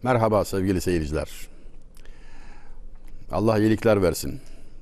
Merhaba sevgili seyirciler. Allah iyilikler versin.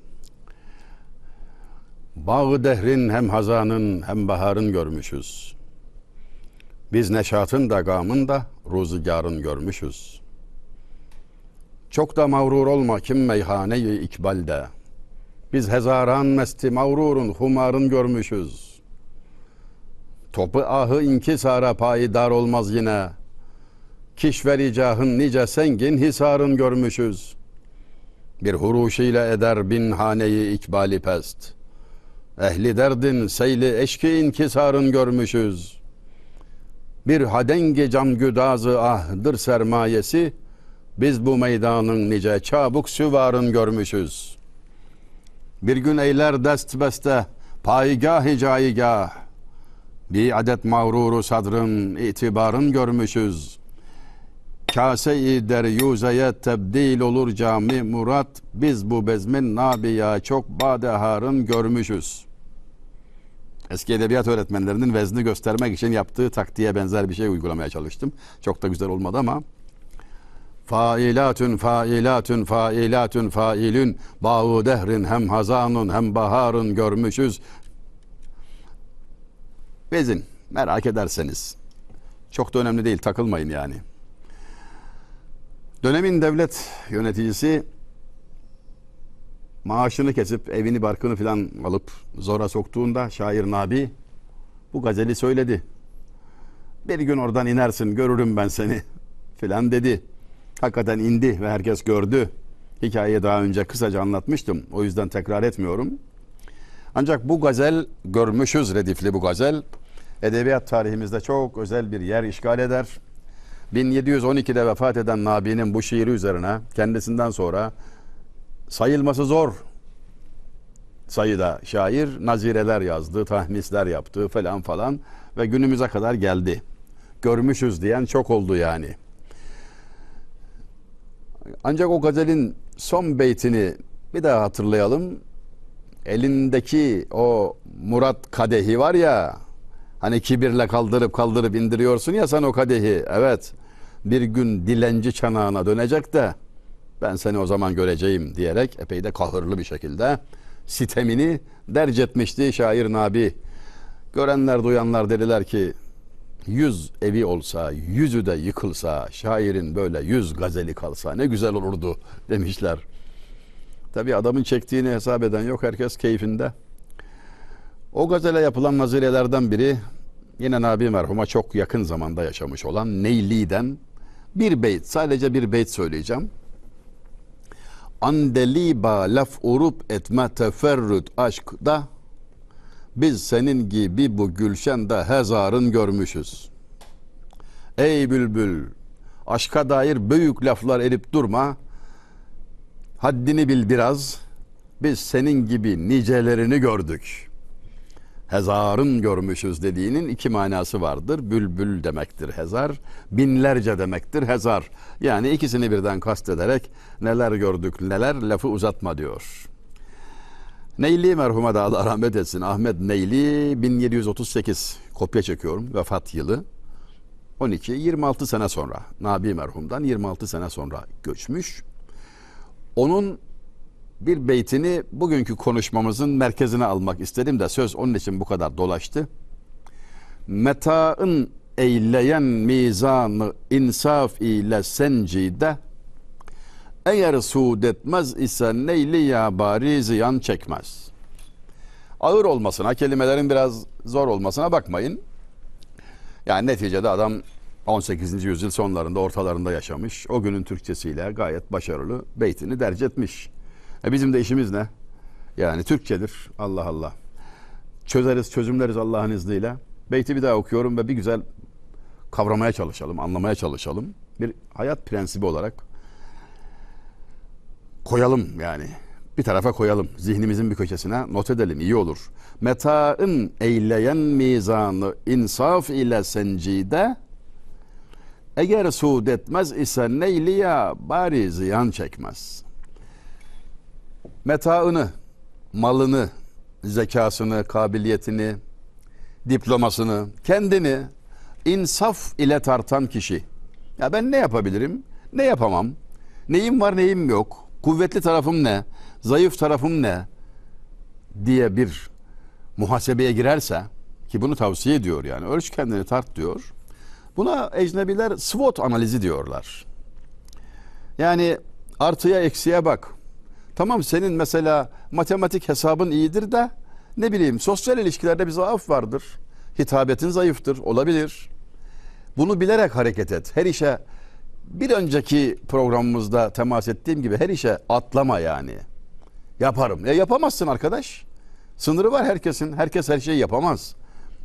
Bağı dehrin hem hazanın hem baharın görmüşüz. Biz neşatın da gamın da ruzigarın görmüşüz. Çok da mağrur olma kim meyhane-i ikbalde. Biz hezaran mesti mağrurun humarın görmüşüz. Topu ahı inkisara payidar olmaz yine. Kişvericahın nice sengin hisarın görmüşüz. Bir huruşiyle eder bin haneyi ikbali pest. Ehli derdin seyli eşki inkisarın görmüşüz. Bir hadengi camgüdazı ahdır sermayesi. Biz bu meydanın nice çabuk süvarın görmüşüz. Bir gün eyler dest beste paygah-ı caigah. Bir adet mağruru sadrın itibarın görmüşüz. Kase-i deryuzeye tebdil olur cami murat. Biz bu bezmin nabiya çok badeharın görmüşüz. Eski edebiyat öğretmenlerinin vezni göstermek için yaptığı taktiğe benzer bir şey uygulamaya çalıştım. Çok da güzel olmadı ama. Failatun failatun failatun failün bağı dehrin hem hazanun hem baharın görmüşüz. Vezin merak ederseniz. Çok da önemli değil, takılmayın yani. Dönemin devlet yöneticisi maaşını kesip evini barkını filan alıp zora soktuğunda şair Nabi bu gazeli söyledi. Bir gün oradan inersin görürüm ben seni filan dedi. Hakikaten indi ve herkes gördü. Hikayeyi daha önce kısaca anlatmıştım. O yüzden tekrar etmiyorum. Ancak bu gazel görmüşüz redifli bu gazel. Edebiyat tarihimizde çok özel bir yer işgal eder. 1712'de vefat eden Nabi'nin bu şiiri üzerine kendisinden sonra sayılması zor sayıda şair nazireler yazdı, tahmisler yaptı falan falan ve günümüze kadar geldi. Görmüşüz diyen çok oldu yani. Ancak o gazelin son beytini bir daha hatırlayalım. Elindeki o Murat kadehi var ya, hani kibirle kaldırıp indiriyorsun ya sen o kadehi. Evet, bir gün dilenci çanağına dönecek de ben seni o zaman göreceğim diyerek epey de kahırlı bir şekilde sitemini derc etmişti şair Nabi. Görenler duyanlar dediler ki 100 evi olsa, 100'ü de yıkılsa, şairin böyle 100 gazeli kalsa ne güzel olurdu demişler. Tabii adamın çektiğini hesap eden yok, herkes keyfinde. O gazele yapılan nazirelerden biri yine Nabi merhuma çok yakın zamanda yaşamış olan Neyli'den bir beyt, sadece bir beyt söyleyeceğim. Andeliba laf urup etme teferrüt aşkda biz senin gibi bu gülşende hezarın görmüşüz. Ey bülbül, aşka dair büyük laflar edip durma. Haddini bil biraz. Biz senin gibi nicelerini gördük. Hezarın görmüşüz dediğinin iki manası vardır. Bülbül demektir hezar, binlerce demektir hezar. Yani ikisini birden kastederek neler gördük neler lafı uzatma diyor. Neyli merhuma da Allah rahmet etsin. Ahmet Neyli 1738 kopya çekiyorum vefat yılı. 26 sene sonra Nabi merhumdan 26 sene sonra göçmüş. Onun bir beytini bugünkü konuşmamızın merkezine almak istedim de söz onun için bu kadar dolaştı. Metaın eyleyen mizanı insaf ile sencide eğer suud etmez ise neyli ya bari ziyan çekmez. Ağır olmasına, kelimelerin biraz zor olmasına bakmayın. Yani neticede adam 18. yüzyıl sonlarında, ortalarında yaşamış. O günün Türkçesiyle gayet başarılı beytini derc etmiş. Bizim de işimiz ne? Yani Türkçedir. Allah Allah. Çözeriz, çözümleriz Allah'ın izniyle. Beyti bir daha okuyorum ve bir güzel kavramaya çalışalım, anlamaya çalışalım. Bir hayat prensibi olarak koyalım yani. Bir tarafa koyalım. Zihnimizin bir köşesine not edelim. İyi olur. Metaın eyleyen mizanı insaf ile sencide eğer suud etmez ise neyliya bari ziyan çekmez. Metaını, malını, zekasını, kabiliyetini, diplomasını, kendini insaf ile tartan kişi. Ya ben ne yapabilirim? Ne yapamam? Neyim var neyim yok? Kuvvetli tarafım ne? Zayıf tarafım ne? Diye bir muhasebeye girerse, ki bunu tavsiye ediyor yani, ölç kendini tart diyor. Buna ecnebiler SWOT analizi diyorlar. Yani artıya eksiye bak. Tamam, senin mesela matematik hesabın iyidir de ne bileyim sosyal ilişkilerde bir zaaf vardır. Hitabetin zayıftır, olabilir. Bunu bilerek hareket et. Her işe, bir önceki programımızda temas ettiğim gibi, her işe atlama yani. Yaparım. Yapamazsın arkadaş. Sınırı var herkesin. Herkes her şeyi yapamaz.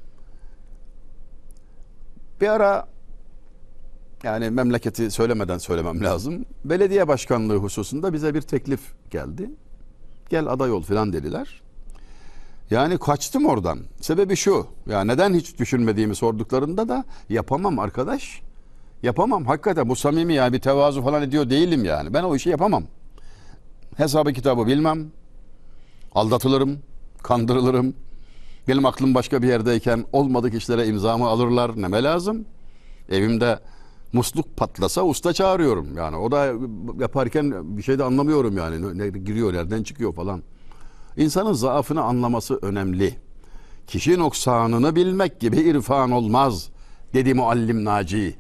Bir ara, yani memleketi söylemeden söylemem lazım, belediye başkanlığı hususunda bize bir teklif geldi. Gel aday ol filan dediler. Yani kaçtım oradan. Sebebi şu. Ya neden hiç düşünmediğimi sorduklarında da yapamam arkadaş. Yapamam. Hakikaten bu samimi ya, bir tevazu falan ediyor değilim yani. Ben o işi yapamam. Hesabı kitabı bilmem. Aldatılırım. Kandırılırım. Benim aklım başka bir yerdeyken olmadık işlere imzamı alırlar. Neme lazım? Evimde musluk patlasa usta çağırıyorum. Yani o da yaparken bir şey de anlamıyorum yani. Ne giriyor, nereden çıkıyor falan. İnsanın zaafını anlaması önemli. Kişi noksanını bilmek gibi irfan olmaz dedi Muallim Naci.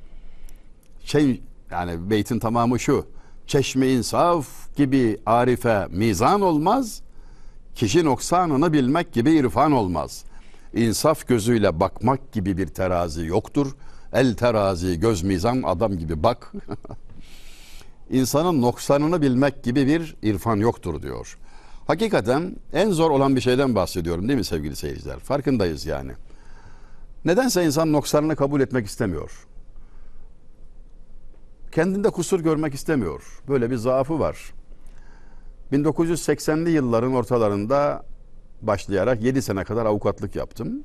Yani beytin tamamı şu: çeşme insaf gibi arife mizan olmaz, kişi noksanını bilmek gibi irfan olmaz. İnsaf gözüyle bakmak gibi bir terazi yoktur. El terazi göz mizan, adam gibi bak. İnsanın noksanını bilmek gibi bir irfan yoktur diyor. Hakikaten en zor olan bir şeyden bahsediyorum değil mi sevgili seyirciler? Farkındayız yani. Nedense insan noksanını kabul etmek istemiyor. Kendinde kusur görmek istemiyor. Böyle bir zaafı var. 1980'li yılların ortalarında başlayarak 7 sene kadar avukatlık yaptım.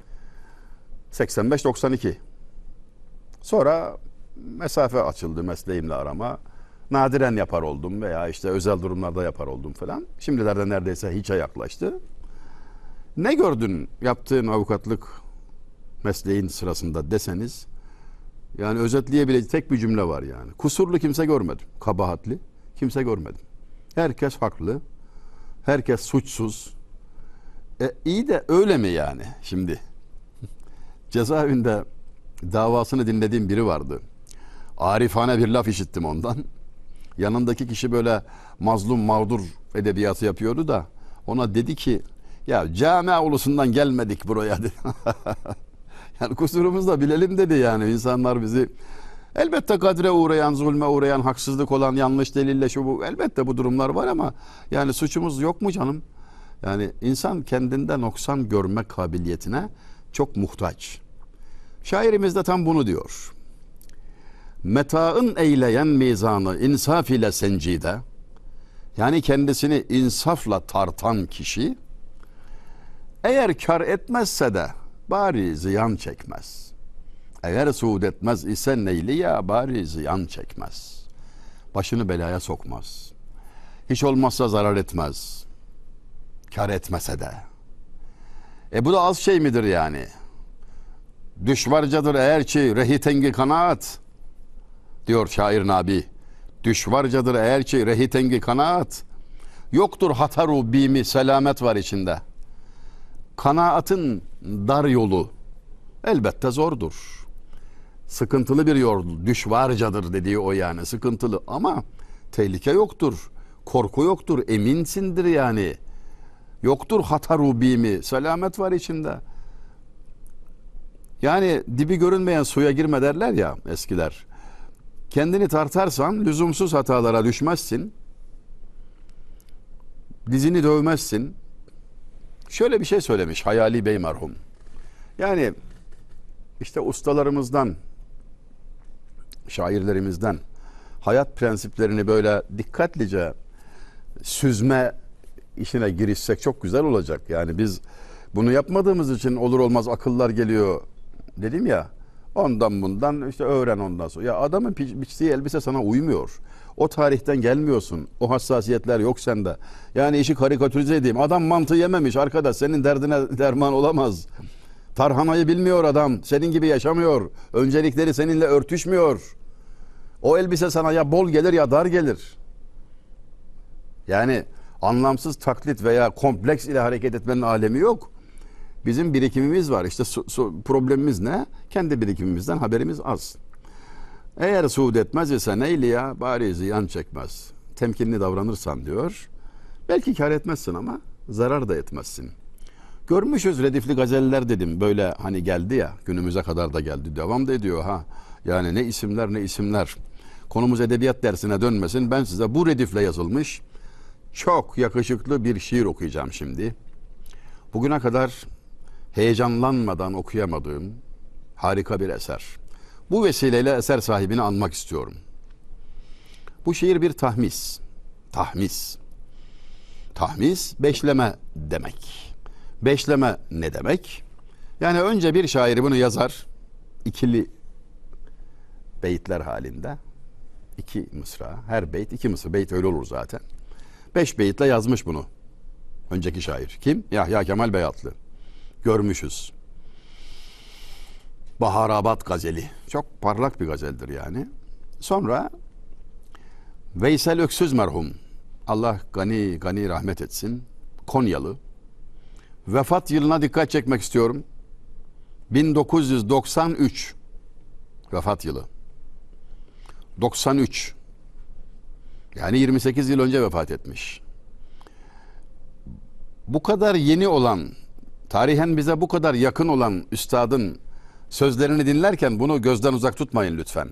85-92. Sonra mesafe açıldı mesleğimle arama. Nadiren yapar oldum veya işte özel durumlarda yapar oldum falan. Şimdilerde neredeyse hiçe yaklaştı. Ne gördün yaptığın avukatlık mesleğin sırasında deseniz, yani özetleyebileceğim tek bir cümle var yani. Kusurlu kimse görmedim. Kabahatli kimse görmedim. Herkes haklı. Herkes suçsuz. İyi de öyle mi yani şimdi? Cezaevinde davasını dinlediğim biri vardı. Arifane bir laf işittim ondan. Yanındaki kişi böyle mazlum mağdur edebiyatı yapıyordu da ona dedi ki, ya camia ulusundan gelmedik buraya dedi. Yani kusurumuzu da bilelim dedi yani. İnsanlar bizi, elbette kadre uğrayan, zulme uğrayan, haksızlık olan, yanlış delille şu bu, elbette bu durumlar var ama yani suçumuz yok mu canım? Yani insan kendinde noksan görme kabiliyetine çok muhtaç. Şairimiz de tam bunu diyor. Metaın eyleyen mizanı insaf ile sencide, yani kendisini insafla tartan kişi, eğer kar etmezse de bari ziyan çekmez. Eğer suud etmez ise neyli ya bari ziyan çekmez. Başını belaya sokmaz. Hiç olmazsa zarar etmez. Kar etmese de. Bu da az şey midir yani? Düşvarcadır eğer ki rehi tengi kanaat, diyor şair Nabi. Düşvarcadır eğer ki rehi tengi kanaat. Yoktur hataru bimi, selamet var içinde. Kanaatın dar yolu elbette zordur. Sıkıntılı bir yol, düşvarcadır dediği o yani, sıkıntılı ama tehlike yoktur. Korku yoktur, eminsindir yani. Yoktur hataru bimi, selamet var içinde. Yani dibi görünmeyen suya girme derler ya eskiler. Kendini tartarsan lüzumsuz hatalara düşmezsin. Dizini dövmezsin. Şöyle bir şey söylemiş Hayali Bey merhum. Yani işte ustalarımızdan, şairlerimizden hayat prensiplerini böyle dikkatlice süzme işine girişsek çok güzel olacak. Yani biz bunu yapmadığımız için olur olmaz akıllar geliyor dedim ya. Ondan bundan işte öğren ondan sonra. Ya adamın biçtiği elbise sana uymuyor. O tarihten gelmiyorsun. O hassasiyetler yok sende. Yani işi karikatürize edeyim. Adam mantı yememiş arkadaş. Senin derdine derman olamaz. Tarhanayı bilmiyor adam. Senin gibi yaşamıyor. Öncelikleri seninle örtüşmüyor. O elbise sana ya bol gelir ya dar gelir. Yani anlamsız taklit veya kompleks ile hareket etmenin alemi yok. Bizim birikimimiz var. İşte problemimiz ne? Kendi birikimimizden haberimiz az. Eğer suud etmez ise neyli ya? Bari ziyan çekmez. Temkinli davranırsan diyor. Belki kar etmezsin ama zarar da etmezsin. Görmüşüz redifli gazeller dedim. Böyle hani geldi ya, günümüze kadar da geldi. Devam da ediyor ha. Yani ne isimler ne isimler. Konumuz edebiyat dersine dönmesin. Ben size bu redifle yazılmış çok yakışıklı bir şiir okuyacağım şimdi. Bugüne kadar heyecanlanmadan okuyamadığım harika bir eser. Bu vesileyle eser sahibini anmak istiyorum. Bu şiir bir tahmis. Tahmis. Tahmis beşleme demek. Beşleme ne demek? Yani önce bir şair bunu yazar. İkili beyitler halinde. 2 mısra. Her beyt 2 mısra. Beyt öyle olur zaten. 5 beyitle yazmış bunu. Önceki şair. Kim? Yahya Kemal Beyatlı. Görmüşüz. Baharabat gazeli. Çok parlak bir gazeldir yani. Sonra Veysel Öksüz merhum. Allah gani gani rahmet etsin. Konyalı. Vefat yılına dikkat çekmek istiyorum. 1993. Vefat yılı. 93. Yani 28 yıl önce vefat etmiş. Bu kadar yeni olan, tarihen bize bu kadar yakın olan üstadın sözlerini dinlerken bunu gözden uzak tutmayın lütfen.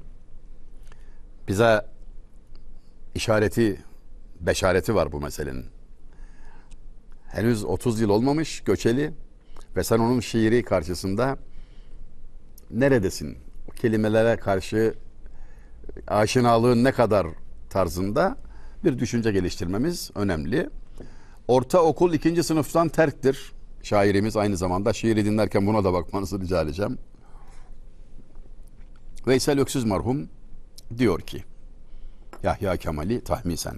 Bize işareti, beşareti var bu meselenin. Henüz 30 yıl olmamış göçeli ve sen onun şiiri karşısında neredesin? O kelimelere karşı aşinalığın ne kadar tarzında bir düşünce geliştirmemiz önemli. Ortaokul 2. sınıftan terktir. Şairimiz aynı zamanda şiiri dinlerken buna da bakmanızı rica edeceğim. Veysel Öksüz merhum diyor ki Yahya Kemal'i tahmisen.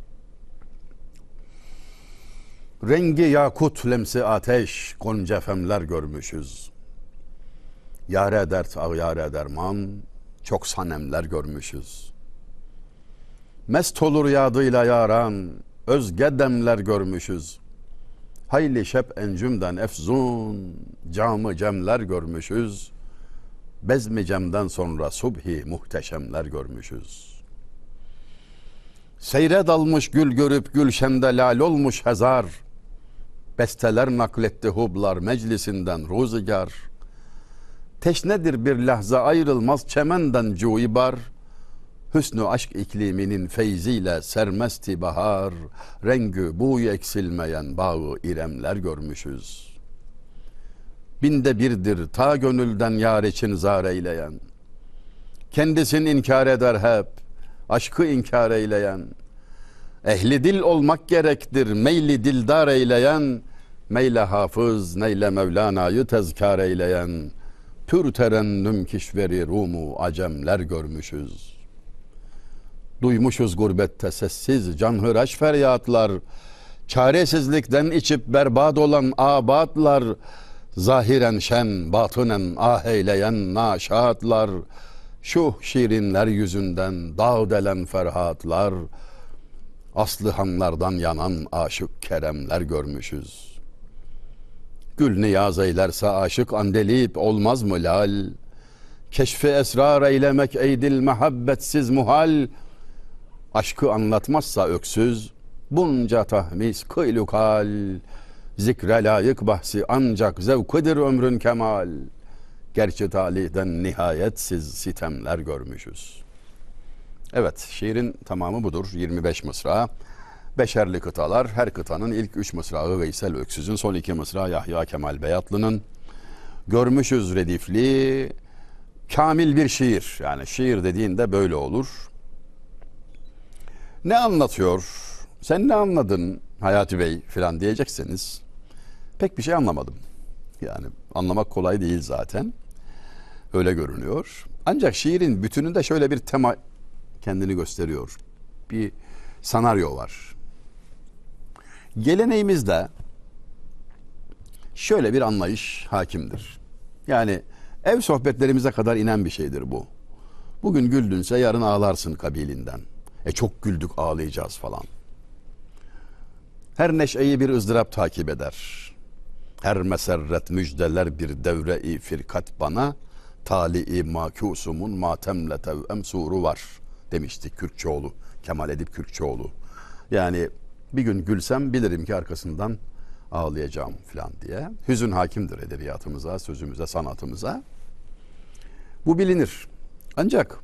Rengi yakut lemsi ateş gonca femler görmüşüz. Yâre dert ağyâre derman çok sanemler görmüşüz. Mest olur yadıyla yaran özge demler görmüşüz. Hayli şep encümden efzun camı cemler görmüşüz. Bezmi cemden sonra subhi muhteşemler görmüşüz. Seyre dalmış gül görüp gülşende lal olmuş hezar. Besteler nakletti hublar meclisinden ruzigar. Teşnedir bir lahza ayrılmaz çemenden cuibar. Hüsnü aşk ikliminin feyziyle sermesti bahar. Rengi buğu eksilmeyen bağı iremler görmüşüz. Binde birdir ta gönülden yar için zar eyleyen. Kendisini inkar eder hep, aşkı inkar eyleyen. Ehli dil olmak gerektir, meyli dildar eyleyen. Meyle hafız, neyle Mevlana'yı tezkar eyleyen. Pür terennüm kişveri Rumu acemler görmüşüz. Duymuşuz gurbette sessiz canhıraş feryatlar. Çaresizlikten içip berbat olan abatlar. Zahiren şen, batınen ah eyleyen naşatlar. Şu şirinler yüzünden dağ delen ferhatlar. Aslı hanlardan yanan aşık keremler görmüşüz. Gül niyaz eylerse aşık andelip olmaz mı lal? Keşfi esrar eylemek eydil muhabbetsiz muhal. Aşkı anlatmazsa öksüz bunca tahmis kıylukal. Zikre layık bahsi ancak zevkıdır ömrün kemal. Gerçi talihden nihayetsiz sitemler görmüşüz. Evet, şiirin tamamı budur. 25 mısra. Beşerli kıtalar. Her kıtanın ilk 3 mısrağı Veysel Öksüz'ün, son 2 mısra Yahya Kemal Beyatlı'nın. Görmüşüz redifli, kamil bir şiir. Yani şiir dediğinde böyle olur. Ne anlatıyor? Sen ne anladın Hayati Bey filan diyecekseniz pek bir şey anlamadım. Yani anlamak kolay değil zaten. Öyle görünüyor. Ancak şiirin bütününde şöyle bir tema kendini gösteriyor. Bir senaryo var. Geleneğimizde şöyle bir anlayış hakimdir. Yani ev sohbetlerimize kadar inen bir şeydir bu. Bugün güldünse yarın ağlarsın kabilinden. Çok güldük, ağlayacağız falan. Her neşeyi bir ızdırap takip eder. Her meserret müjdeler bir devre-i firkat bana. Tali-i makusumun matemle tevem suru var demişti Kürkçoğlu. Kemal Edip Kürkçoğlu. Yani bir gün gülsem bilirim ki arkasından ağlayacağım falan diye. Hüzün hakimdir edebiyatımıza, sözümüze, sanatımıza. Bu bilinir. Ancak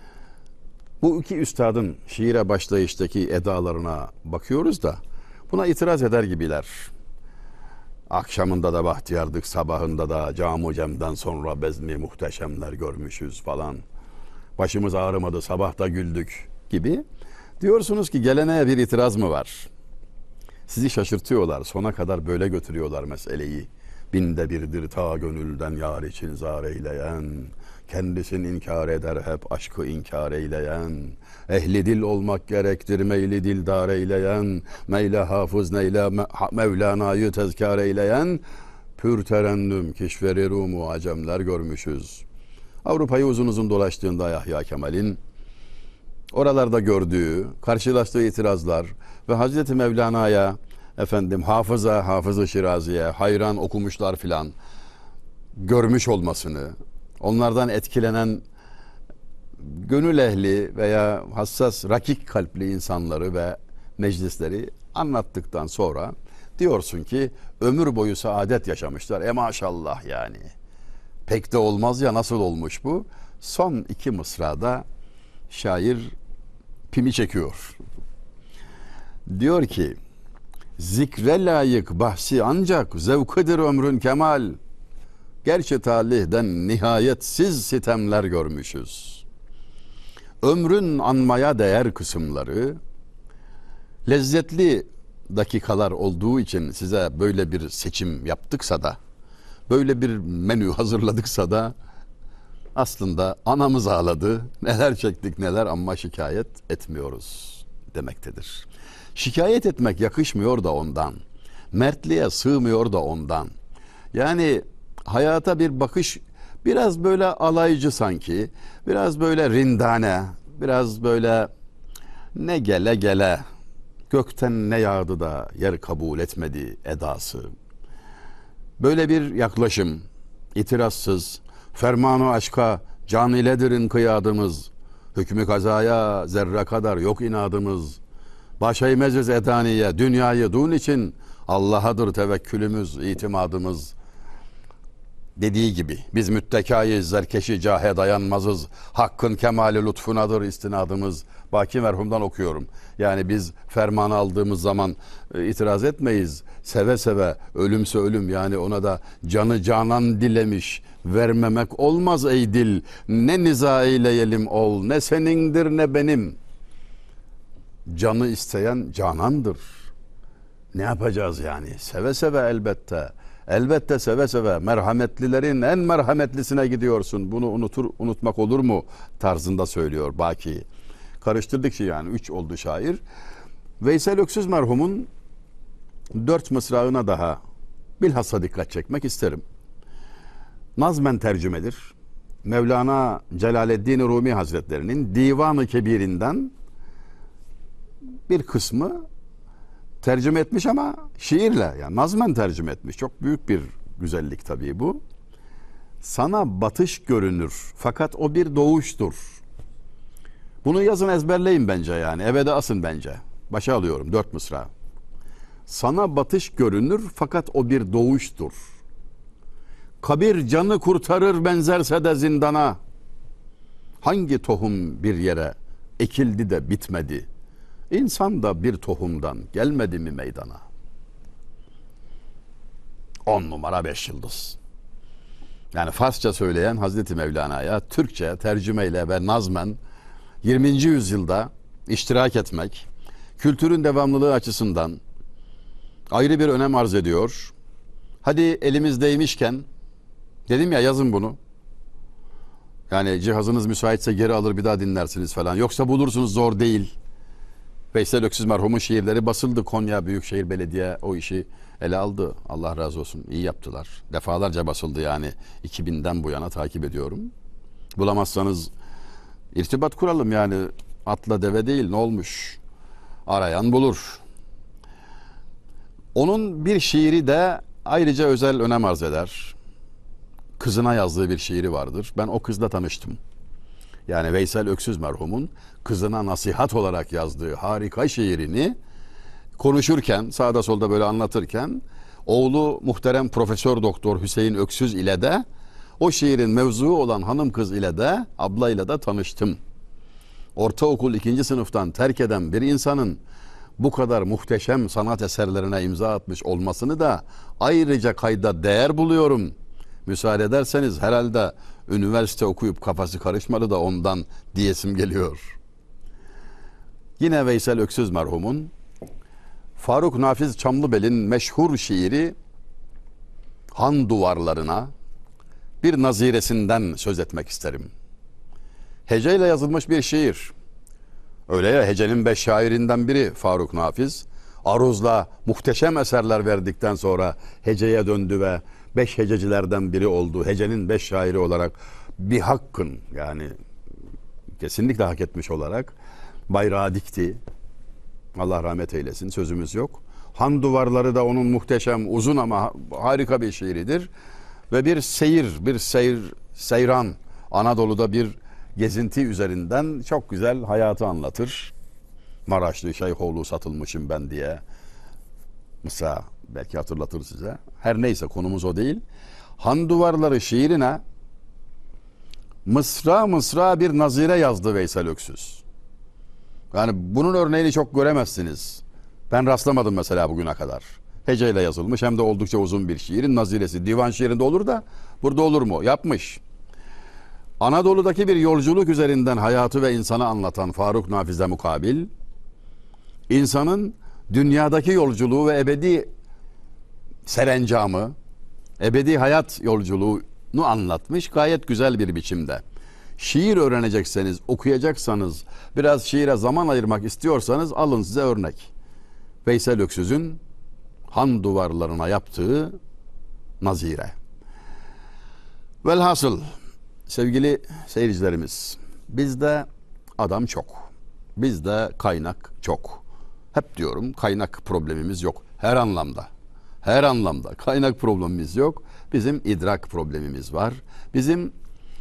bu iki üstadın şiire başlayıştaki edalarına bakıyoruz da buna itiraz eder gibiler. Akşamında da bahtiyardık, sabahında da cam-ı cemden sonra bezmi muhteşemler görmüşüz falan. Başımız ağrımadı, sabah da güldük gibi. Diyorsunuz ki geleneğe bir itiraz mı var? Sizi şaşırtıyorlar, sona kadar böyle götürüyorlar meseleyi. Binde birdir ta gönülden yar için zar eyleyen, kendisini inkar eder hep aşkı inkar eyleyen, ehli dil olmak gerektir meyli dildar eyleyen, meyle hafız neyle Mevlana'yı tezkar eyleyen, pür terennüm kişveri Rumu acemler görmüşüz. Avrupa'yı uzun uzun dolaştığında Yahya Kemal'in oralarda gördüğü, karşılaştığı itirazlar ve Hazreti Mevlana'ya, Hafız-ı Şirazi'ye hayran okumuşlar filan görmüş olmasını, onlardan etkilenen gönül ehli veya hassas, rakik kalpli insanları ve meclisleri anlattıktan sonra diyorsun ki ömür boyu saadet yaşamışlar. Maşallah yani. Pek de olmaz ya, nasıl olmuş bu? Son iki mısrada şair pimi çekiyor. Diyor ki, zikre layık bahsi ancak zevkıdır ömrün kemal. Gerçi talihden nihayetsiz sitemler görmüşüz. Ömrün anmaya değer kısımları, lezzetli dakikalar olduğu için size böyle bir seçim yaptıksa da, böyle bir menü hazırladıksa da, aslında anamız ağladı, neler çektik neler ama şikayet etmiyoruz demektedir. Şikayet etmek yakışmıyor da ondan. Mertliğe sığmıyor da ondan. Yani hayata bir bakış biraz böyle alaycı sanki, biraz böyle rindane, biraz böyle ne gele gele, gökten ne yağdı da yer kabul etmedi edası. Böyle bir yaklaşım, itirazsız, fermanı aşka can iledir inkıyadımız, hükmü kazaya zerre kadar yok inadımız, baş-ı meciz edaniye dünyayı dun için Allah'adır tevekkülümüz, itimadımız. Dediği gibi biz müttekâyız, zerkeşi cahe dayanmazız, hakkın kemali lütfunadır istinadımız. Baki merhumdan okuyorum. Yani biz fermanı aldığımız zaman itiraz etmeyiz. Seve seve, ölümse ölüm, yani ona da canı canan dilemiş. Vermemek olmaz ey dil, ne niza eyleyelim ol, ne senindir ne benim. Canı isteyen canandır. Ne yapacağız yani? Seve seve elbette. Elbette seve seve, merhametlilerin en merhametlisine gidiyorsun. Bunu unutmak olur mu tarzında söylüyor Baki. Karıştırdık şey yani, 3 oldu şair. Veysel Öksüz merhumun 4 mısrağına daha bilhassa dikkat çekmek isterim. Nazmen tercümedir. Mevlana Celaleddin Rumi Hazretlerinin Divan-ı Kebir'inden bir kısmı tercüme etmiş ama şiirle, yani nazmen tercüme etmiş. Çok büyük bir güzellik tabii bu. Sana batış görünür fakat o bir doğuştur. Bunu yazın, ezberleyin bence yani. Eve de asın bence. Başa alıyorum 4 mısra. Sana batış görünür fakat o bir doğuştur. Kabir canı kurtarır benzerse de zindana. Hangi tohum bir yere ekildi de bitmedi? İnsan da bir tohumdan gelmedi mi meydana? 10 numara 5 yıldız. Yani Farsça söyleyen Hazreti Mevlana'ya Türkçe tercümeyle ve nazmen 20. yüzyılda iştirak etmek, kültürün devamlılığı açısından ayrı bir önem arz ediyor. Hadi elimizdeymişken, dedim ya, yazın bunu. Yani cihazınız müsaitse geri alır bir daha dinlersiniz falan. Yoksa bulursunuz, zor değil. Veysel Öksüz merhumun şiirleri basıldı. Konya Büyükşehir Belediye o işi ele aldı. Allah razı olsun. İyi yaptılar. Defalarca basıldı yani. 2000'den bu yana takip ediyorum. Bulamazsanız İrtibat kuralım yani, atla deve değil, ne olmuş? Arayan bulur. Onun bir şiiri de ayrıca özel önem arz eder. Kızına yazdığı bir şiiri vardır. Ben o kızla tanıştım. Yani Veysel Öksüz merhumun kızına nasihat olarak yazdığı harika şiirini konuşurken, sağda solda böyle anlatırken, oğlu muhterem Profesör Doktor Hüseyin Öksüz ile de o şiirin mevzuu olan hanım kız ile de, ablayla da tanıştım. Ortaokul 2. sınıftan terk eden bir insanın bu kadar muhteşem sanat eserlerine imza atmış olmasını da ayrıca kayda değer buluyorum. Müsaade ederseniz herhalde üniversite okuyup kafası karışmadı da ondan diyesim geliyor. Yine Veysel Öksüz merhumun Faruk Nafiz Çamlıbel'in meşhur şiiri Han Duvarlarına bir naziresinden söz etmek isterim. Heceyle yazılmış bir şiir. Öyle ya, hecenin 5 şairinden biri Faruk Nafiz. Aruz'la muhteşem eserler verdikten sonra heceye döndü ve 5 hececilerden biri oldu. Hecenin 5 şairi olarak bir hakkın, yani kesinlikle hak etmiş olarak bayrağı dikti. Allah rahmet eylesin, sözümüz yok. Han Duvarları da onun muhteşem, uzun ama harika bir şiiridir. Ve bir seyran, Anadolu'da bir gezinti üzerinden çok güzel hayatı anlatır. Maraşlı Şeyhoğlu satılmışım ben diye. Mesela belki hatırlatır size. Her neyse, konumuz o değil. Han Duvarları şiirine mısra mısra bir nazire yazdı Veysel Öksüz. Yani bunun örneğini çok göremezsiniz. Ben rastlamadım mesela bugüne kadar. Heceyle yazılmış, hem de oldukça uzun bir şiirin naziresi. Divan şiirinde olur da burada olur mu? Yapmış. Anadolu'daki bir yolculuk üzerinden hayatı ve insanı anlatan Faruk Nafiz'e mukabil, insanın dünyadaki yolculuğu ve ebedi serencamı, ebedi hayat yolculuğunu anlatmış gayet güzel bir biçimde. Şiir öğrenecekseniz, okuyacaksanız, biraz şiire zaman ayırmak istiyorsanız alın size örnek. Veysel Öksüz'ün Han Duvarlarına yaptığı nazire. Velhasıl sevgili seyircilerimiz, bizde adam çok. Bizde kaynak çok. Hep diyorum, kaynak problemimiz yok. Her anlamda. Her anlamda kaynak problemimiz yok. Bizim idrak problemimiz var. Bizim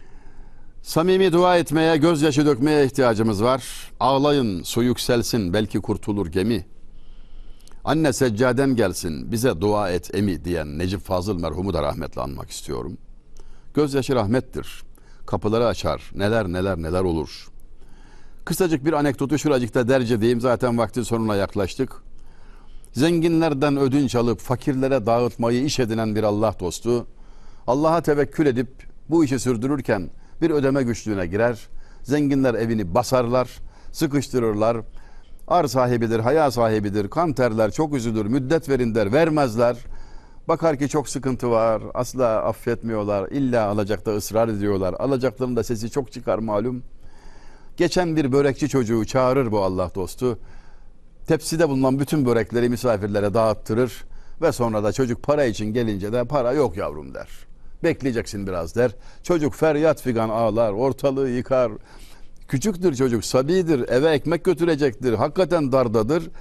samimi dua etmeye, gözyaşı dökmeye ihtiyacımız var. Ağlayın, su yükselsin, belki kurtulur gemi. Anne seccaden gelsin, bize dua et emi diyen Necip Fazıl merhumu da rahmetle anmak istiyorum. Gözyaşı rahmettir. Kapıları açar. Neler neler neler olur. Kısacık bir anekdotu şuracıkta derc edeyim. Zaten vaktin sonuna yaklaştık. Zenginlerden ödünç alıp fakirlere dağıtmayı iş edinen bir Allah dostu, Allah'a tevekkül edip bu işi sürdürürken bir ödeme güçlüğüne girer. Zenginler evini basarlar, sıkıştırırlar. Ar sahibidir, haya sahibidir, kan terler, çok üzülür, müddet verin der, vermezler. Bakar ki çok sıkıntı var, asla affetmiyorlar, illa alacakta ısrar ediyorlar. Alacaklarının da sesi çok çıkar malum. Geçen bir börekçi çocuğu çağırır bu Allah dostu. Tepside bulunan bütün börekleri misafirlere dağıttırır ve sonra da çocuk para için gelince de para yok yavrum der. Bekleyeceksin biraz der. Çocuk feryat figan ağlar, ortalığı yıkar. Küçüktür çocuk, sabidir, eve ekmek götürecektir, hakikaten dardadır.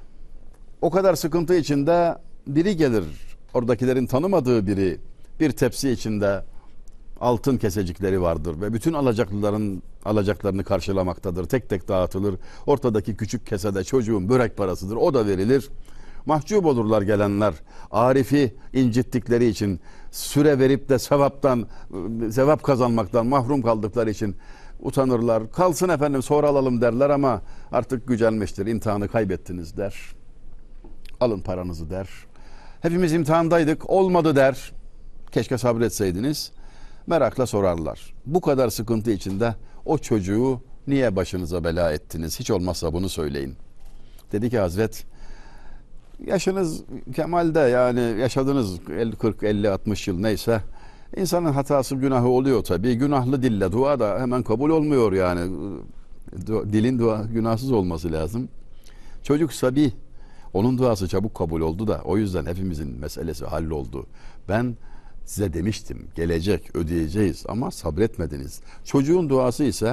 O kadar sıkıntı içinde biri gelir, oradakilerin tanımadığı biri, bir tepsi içinde altın kesecikleri vardır ve bütün alacaklıların alacaklarını karşılamaktadır. Tek tek dağıtılır. Ortadaki küçük kesede çocuğun börek parasıdır. O da verilir. Mahcup olurlar gelenler. Arif'i incittikleri için, süre verip de sevap kazanmaktan mahrum kaldıkları için utanırlar. Kalsın efendim sonra alalım derler ama artık gücenmiştir. İmtihanı kaybettiniz der. Alın paranızı der. Hepimiz imtihandaydık. Olmadı der. Keşke sabretseydiniz. Merakla sorarlar. Bu kadar sıkıntı içinde o çocuğu niye başınıza bela ettiniz? Hiç olmazsa bunu söyleyin. Dedi ki Hazret, yaşınız kemalde, yani yaşadınız 40, 50, 60 yıl neyse. İnsanın hatası günahı oluyor tabii. Günahlı dille dua da hemen kabul olmuyor yani. Dilin dua günahsız olması lazım. Çocuk sabi. Onun duası çabuk kabul oldu da o yüzden hepimizin meselesi halloldu. Ben size demiştim, gelecek, ödeyeceğiz ama sabretmediniz. Çocuğun duası ise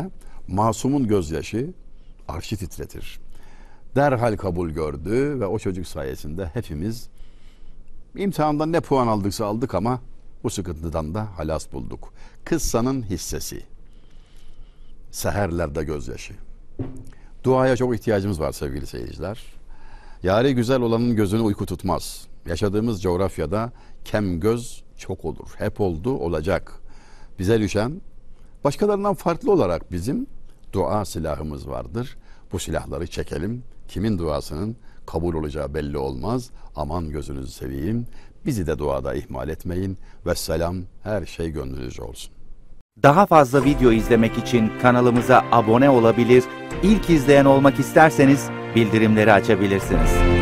Masumun gözyaşı arşı titretir. Derhal kabul gördü ve o çocuk sayesinde hepimiz imtihandan ne puan aldıksa aldık ama bu sıkıntıdan da halas bulduk. Kıssanın hissesi. Seherlerde gözyaşı. Duaya çok ihtiyacımız var sevgili seyirciler. Yâri güzel olanın gözünü uyku tutmaz. Yaşadığımız coğrafyada kem göz çok olur. Hep oldu, olacak. Bize düşen başkalarından farklı olarak bizim dua silahımız vardır. Bu silahları çekelim. Kimin duasının kabul olacağı belli olmaz. Aman gözünüzü seveyim. Bizi de duada ihmal etmeyin. Vesselam, her şey gönlünüzce olsun. Daha fazla video izlemek için kanalımıza abone olabilir, İlk izleyen olmak isterseniz bildirimleri açabilirsiniz.